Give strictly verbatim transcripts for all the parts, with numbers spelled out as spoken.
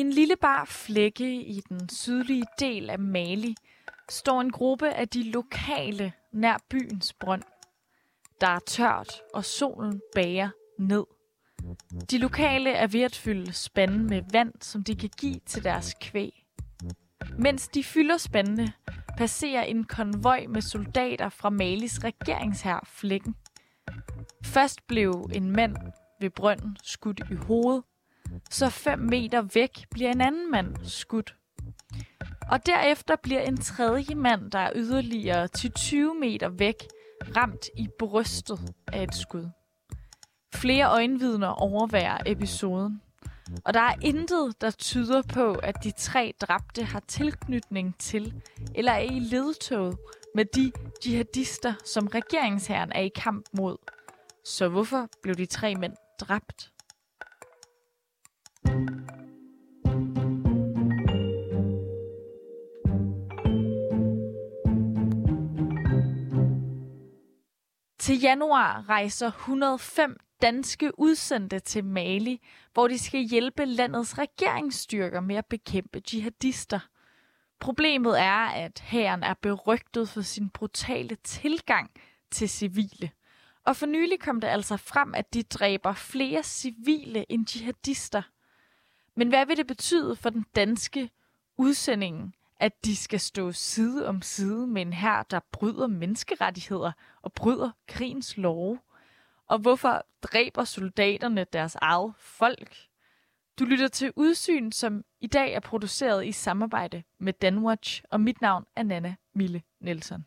en lille bar flække i den sydlige del af Mali står en gruppe af de lokale nær byens brønd. Der er tørt, og solen bager ned. De lokale er ved at fylde spanden med vand, som de kan give til deres kvæg. Mens de fylder spandene, passerer en konvoj med soldater fra Malis regeringshær flækken. Først blev en mand ved brønden skudt i hovedet, så fem meter væk bliver en anden mand skudt. Og derefter bliver en tredje mand, der er yderligere til tyve meter væk, ramt i brystet af et skud. Flere øjenvidner overværer episoden, og der er intet, der tyder på, at de tre dræbte har tilknytning til eller er i ledtog med de jihadister, som regeringshæren er i kamp mod. Så hvorfor blev de tre mænd dræbt? Til januar rejser et hundrede og fem danske udsendte til Mali, hvor de skal hjælpe landets regeringsstyrker med at bekæmpe jihadister. Problemet er, at hæren er berygtet for sin brutale tilgang til civile. Og for nylig kom det altså frem, at de dræber flere civile end jihadister. Men hvad vil det betyde for den danske udsending, at de skal stå side om side med en hær, der bryder menneskerettigheder og bryder krigens love? Og hvorfor dræber soldaterne deres eget folk? Du lytter til Udsyn, som i dag er produceret i samarbejde med Danwatch, og mit navn er Nanna Mille Nielsen.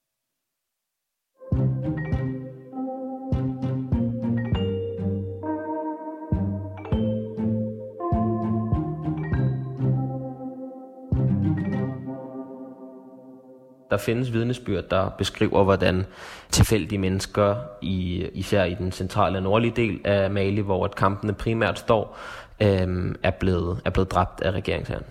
Der findes vidnesbyrd, der beskriver, hvordan tilfældige mennesker, i, især i den centrale og nordlige del af Mali, hvor kampene primært står, øh, er, blevet, er blevet dræbt af regeringshæren.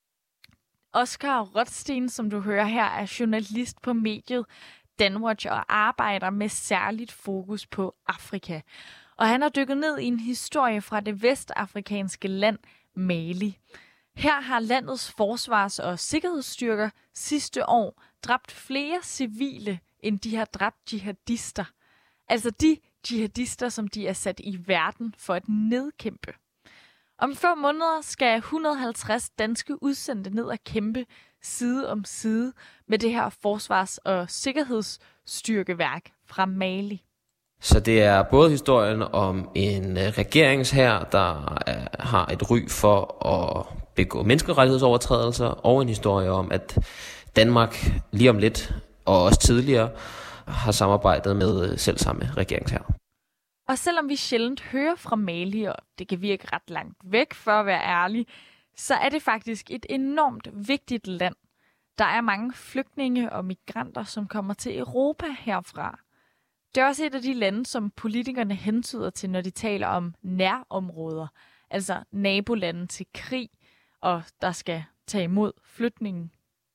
Oscar Rothstein, som du hører her, er journalist på mediet Danwatch og arbejder med særligt fokus på Afrika. Og han har dykket ned i en historie fra det vestafrikanske land Mali. Her har landets forsvars- og sikkerhedsstyrker sidste år dræbt flere civile, end de har dræbt jihadister. Altså de jihadister, som de er sat i verden for at nedkæmpe. Om få måneder skal et hundrede og halvtreds danske udsendte ned og kæmpe side om side med det her forsvars- og sikkerhedsstyrkeværk fra Mali. Så det er både historien om en regeringshær, der har et ry for at begå menneskerettighedsovertrædelser, og en historie om, at Danmark lige om lidt, og også tidligere, har samarbejdet med selvsamme regeringshær. Og selvom vi sjældent hører fra Mali, og det kan virke ret langt væk for at være ærlig, så er det faktisk et enormt vigtigt land. Der er mange flygtninge og migranter, som kommer til Europa herfra. Det er også et af de lande, som politikerne hentyder til, når de taler om nærområder, altså nabolande til krig, og der skal tage imod flygtninge.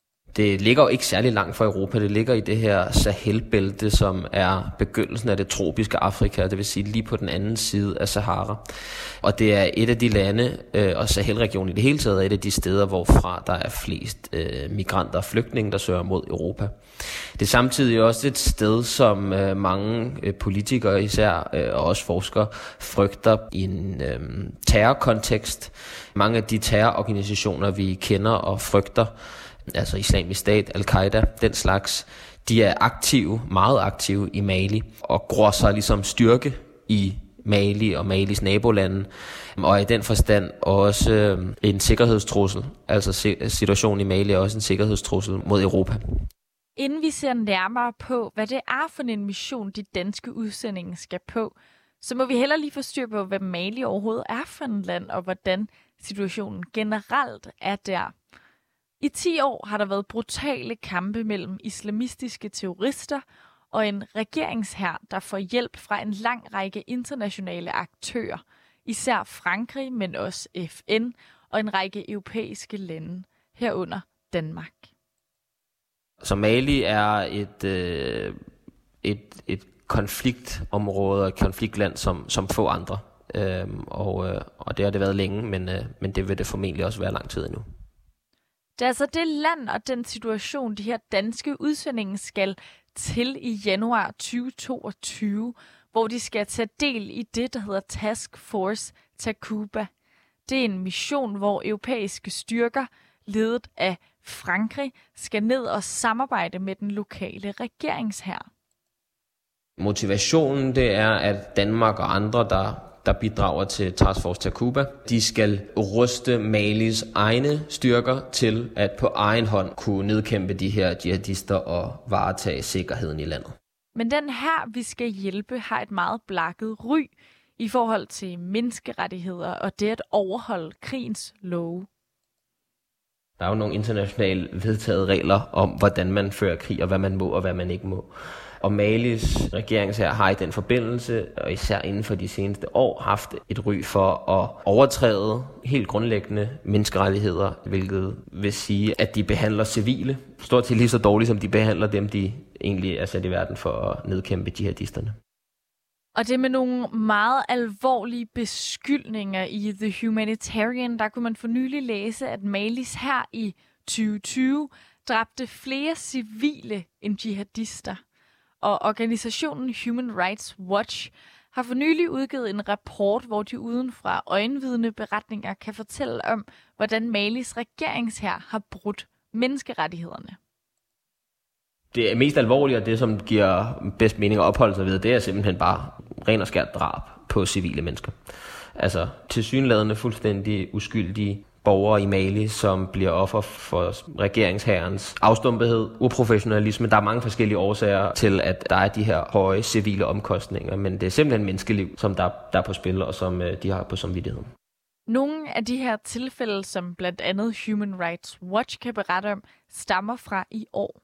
Det ligger jo ikke særlig langt fra Europa. Det ligger i det her Sahelbælte, som er begyndelsen af det tropiske Afrika, det vil sige lige på den anden side af Sahara. Og det er et af de lande, og Sahelregionen i det hele taget er et af de steder, hvorfra der er flest øh, migranter og flygtninge, der søger mod Europa. Det er samtidig også et sted, som øh, mange øh, politikere især, øh, og også forskere, frygter i en øh, terrorkontekst. Mange af de terrororganisationer, vi kender og frygter, altså Islamisk Stat, Al-Qaida, den slags, de er aktive, meget aktive i Mali, og gror sig ligesom styrke i Mali og Malis nabolande, og i den forstand også øh, en sikkerhedstrussel. Altså situationen i Mali er også en sikkerhedstrussel mod Europa. Inden vi ser nærmere på, hvad det er for en mission, de danske udsendinger skal på, så må vi heller lige få styr på, hvad Mali overhovedet er for en land, og hvordan situationen generelt er der. I ti år har der været brutale kampe mellem islamistiske terrorister og en regeringshær, der får hjælp fra en lang række internationale aktører, især Frankrig, men også F N og en række europæiske lande, herunder Danmark. Så Mali er et, øh, et, et konfliktområde og et konfliktland som, som få andre. øhm, og, øh, og det har det været længe, men, øh, men det vil det formentlig også være lang tid endnu. Det er altså det land og den situation, de her danske udsendinge skal til i januar tyve toogtyve, hvor de skal tage del i det, der hedder Task Force Takuba. Det er en mission, hvor europæiske styrker, ledet af Frankrig, skal ned og samarbejde med den lokale regeringshær. Motivationen det er, at Danmark og andre, der, der bidrager til Task Force Takuba, de skal ruste Malis egne styrker til at på egen hånd kunne nedkæmpe de her jihadister og varetage sikkerheden i landet. Men den her, vi skal hjælpe, har et meget blakket ry i forhold til menneskerettigheder og det at overholde krigens love. Der er jo nogle internationale vedtaget regler om, hvordan man fører krig, og hvad man må og hvad man ikke må. Og Malis regeringshær har i den forbindelse, og især inden for de seneste år, haft et ry for at overtræde helt grundlæggende menneskerettigheder, hvilket vil sige, at de behandler civile stort set lige så dårligt, som de behandler dem, de egentlig er sat i verden for at nedkæmpe jihadisterne. Og det med nogle meget alvorlige beskyldninger i The Humanitarian, der kunne man for nylig læse, at Malis hær i tyve tyve dræbte flere civile end jihadister. Og organisationen Human Rights Watch har for nylig udgivet en rapport, hvor de uden fra øjenvidne beretninger kan fortælle om, hvordan Malis regeringshær har brudt menneskerettighederne. Det er mest alvorligt, og det, som giver bedst mening at opholde sig ved, det er simpelthen bare ren og skært drab på civile mennesker. Altså tilsyneladende fuldstændig uskyldige borgere i Mali, som bliver offer for regeringshærens afstumpethed, uprofessionalisme. Der er mange forskellige årsager til, at der er de her høje civile omkostninger, men det er simpelthen menneskeliv, som der, der er på spil, og som de har på samvittighed. Nogle af de her tilfælde, som blandt andet Human Rights Watch kan berette om, stammer fra i år.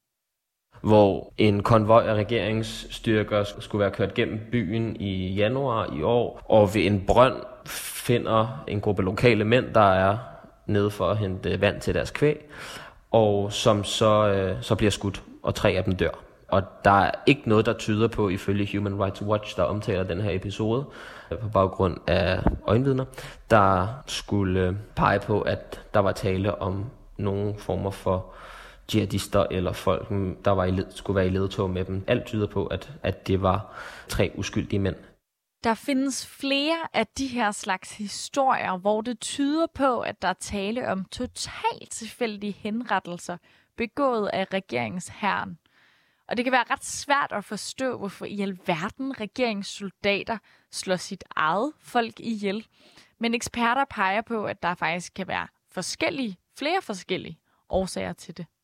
Hvor en konvoj af regeringsstyrker skulle være kørt gennem byen i januar i år, og ved en brønd finder en gruppe lokale mænd, der er nede for at hente vand til deres kvæg, og som så, øh, så bliver skudt, og tre af dem dør. Og der er ikke noget, der tyder på, ifølge Human Rights Watch, der omtaler den her episode, på baggrund af øjenvidner, der skulle pege på, at der var tale om nogle former for jihadister eller folk, der var i led, skulle være i ledtog med dem. Alt tyder på, at, at det var tre uskyldige mænd. Der findes flere af de her slags historier, hvor det tyder på, at der er tale om totalt tilfældige henrettelser, begået af regeringshæren. Og det kan være ret svært at forstå, hvorfor i alverden regeringssoldater slår sit eget folk ihjel. Men eksperter peger på, at der faktisk kan være forskellige, flere forskellige årsager til det.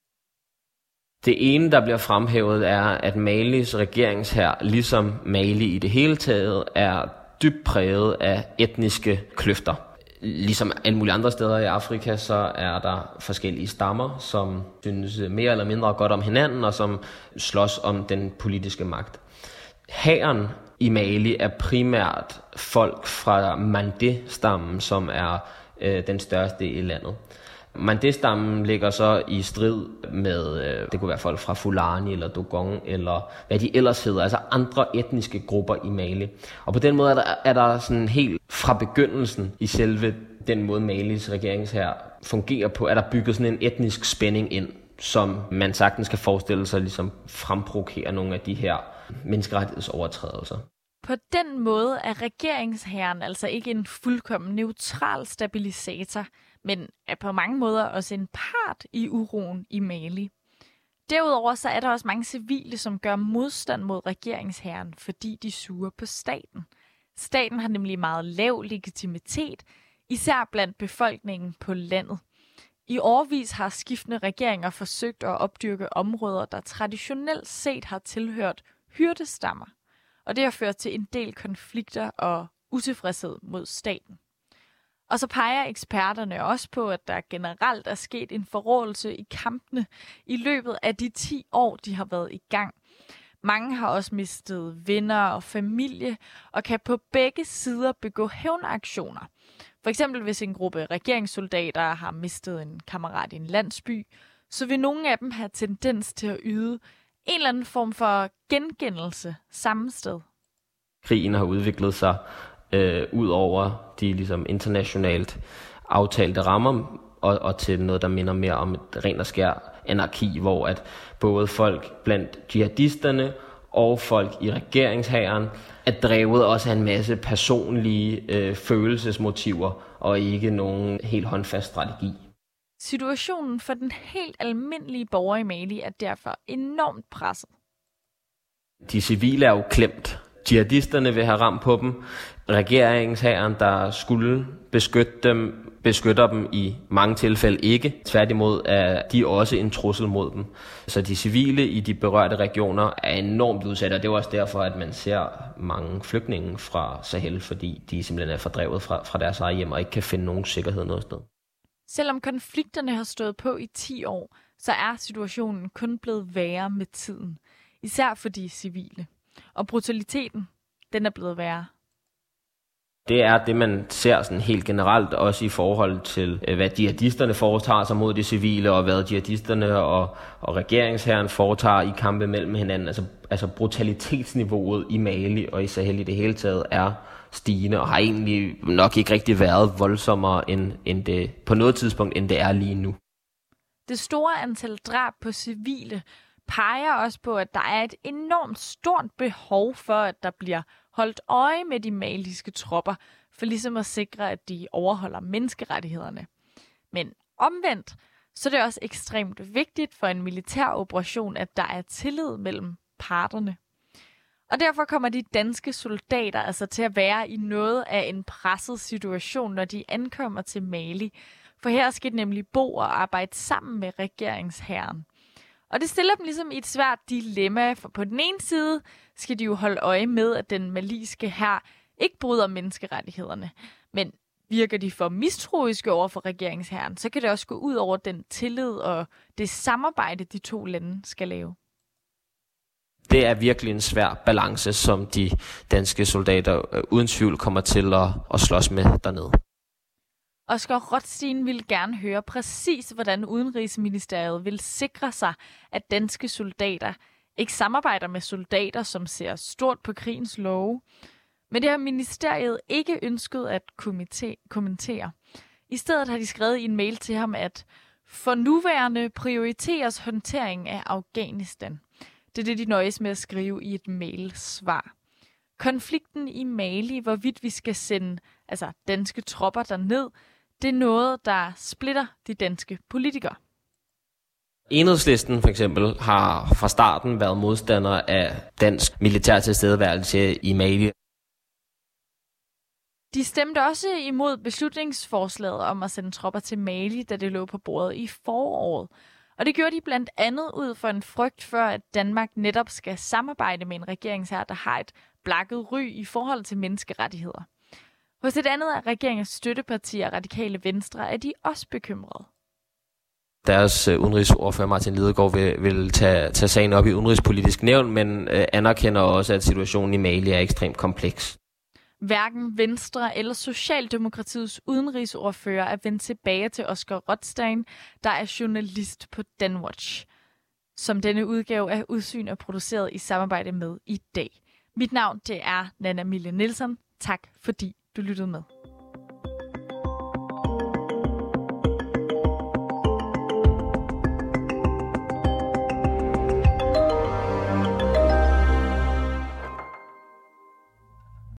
Det ene, der bliver fremhævet, er, at Malis regeringshær, ligesom Mali i det hele taget, er dybt præget af etniske kløfter. Ligesom alle mulige andre steder i Afrika, så er der forskellige stammer, som synes mere eller mindre godt om hinanden, og som slås om den politiske magt. Hæren i Mali er primært folk fra Mandé-stammen, som er øh, den største i landet. Mandé-stammen ligger så i strid med, øh, det kunne være folk fra Fulani eller Dogon, eller hvad de ellers hedder, altså andre etniske grupper i Mali. Og på den måde er der, er der sådan helt fra begyndelsen i selve den måde Malis regeringshær fungerer på, er der bygget sådan en etnisk spænding ind, som man sagtens kan forestille sig ligesom fremprovokere nogle af de her menneskerettighedsovertrædelser. På den måde er regeringshæren altså ikke en fuldkommen neutral stabilisator, men er på mange måder også en part i uroen i Mali. Derudover så er der også mange civile, som gør modstand mod regeringshæren, fordi de suger på staten. Staten har nemlig meget lav legitimitet, især blandt befolkningen på landet. I årevis har skiftende regeringer forsøgt at opdyrke områder, der traditionelt set har tilhørt hyrdestammer, og det har ført til en del konflikter og utilfredshed mod staten. Og så peger eksperterne også på, at der generelt er sket en forrådelse i kampene i løbet af de ti år, de har været i gang. Mange har også mistet venner og familie, og kan på begge sider begå hævnaktioner. For eksempel hvis en gruppe regeringssoldater har mistet en kammerat i en landsby, så vil nogle af dem have tendens til at yde en eller anden form for gengældelse samme sted. Krigen har udviklet sig øh, ud over de ligesom internationalt aftalte rammer, og, og til noget, der minder mere om et rent og skær anarki, hvor at både folk blandt jihadisterne og folk i regeringshæren er drevet også af en masse personlige øh, følelsesmotiver, og ikke nogen helt håndfast strategi. Situationen for den helt almindelige borger i Mali er derfor enormt presset. De civile er jo klemt. Jihadisterne vil have ramt på dem. Regeringshæren, der skulle beskytte dem, beskytter dem i mange tilfælde ikke. Tværtimod er de også en trussel mod dem. Så de civile i de berørte regioner er enormt udsatte, og det er også derfor, at man ser mange flygtninge fra Sahel, fordi de simpelthen er fordrevet fra, fra deres eget hjem og ikke kan finde nogen sikkerhed noget sted. Selvom konflikterne har stået på i ti år, så er situationen kun blevet værre med tiden. Især for de civile. Og brutaliteten, den er blevet værre. Det er det, man ser sådan helt generelt, også i forhold til, hvad jihadisterne foretager sig mod de civile, og hvad jihadisterne og, og regeringshæren foretager i kampe mellem hinanden. Altså, altså brutalitetsniveauet i Mali og i Sahel i det hele taget er stigende, og har egentlig nok ikke rigtig været voldsommere end, end det, på noget tidspunkt, end det er lige nu. Det store antal drab på civile peger også på, at der er et enormt stort behov for, at der bliver holdt øje med de maliske tropper, for ligesom at sikre, at de overholder menneskerettighederne. Men omvendt, så er det også ekstremt vigtigt for en militær operation, at der er tillid mellem parterne. Og derfor kommer de danske soldater altså til at være i noget af en presset situation, når de ankommer til Mali. For her skal de nemlig bo og arbejde sammen med regeringshæren. Og det stiller dem ligesom i et svært dilemma, for på den ene side skal de jo holde øje med, at den maliske hær ikke bryder menneskerettighederne. Men virker de for mistroiske over for regeringshæren, så kan det også gå ud over den tillid og det samarbejde, de to lande skal lave. Det er virkelig en svær balance, som de danske soldater uden tvivl kommer til at, at slås med dernede. Oscar Rothstein ville gerne høre præcis, hvordan Udenrigsministeriet vil sikre sig, at danske soldater ikke samarbejder med soldater, som ser stort på krigens love. Men det har ministeriet ikke ønsket at kommentere. I stedet har de skrevet i en mail til ham, at for nuværende prioriteres håndtering af Afghanistan. Det er det, de nøjes med at skrive i et mailsvar. Konflikten i Mali, hvorvidt vi skal sende altså danske tropper derned, det er noget, der splitter de danske politikere. Enhedslisten for eksempel har fra starten været modstander af dansk militær tilstedeværelse i Mali. De stemte også imod beslutningsforslaget om at sende tropper til Mali, da det lå på bordet i foråret. Og det gjorde de blandt andet ud for en frygt for, at Danmark netop skal samarbejde med en regeringshær, der har et blakket ry i forhold til menneskerettigheder. Hos et andet af regeringens støttepartier, Radikale Venstre, er de også bekymrede. Deres udenrigsordfører Martin Lidegaard vil, vil tage, tage sagen op i udenrigspolitisk nævn, men øh, anerkender også, at situationen i Mali er ekstremt kompleks. Hverken Venstre eller Socialdemokratiets udenrigsordfører er vendt tilbage til Oscar Rothstein, der er journalist på Danwatch, som denne udgave af Udsyn er produceret i samarbejde med i dag. Mit navn det er Nana Mille Nielsen. Tak fordi du lyttede med.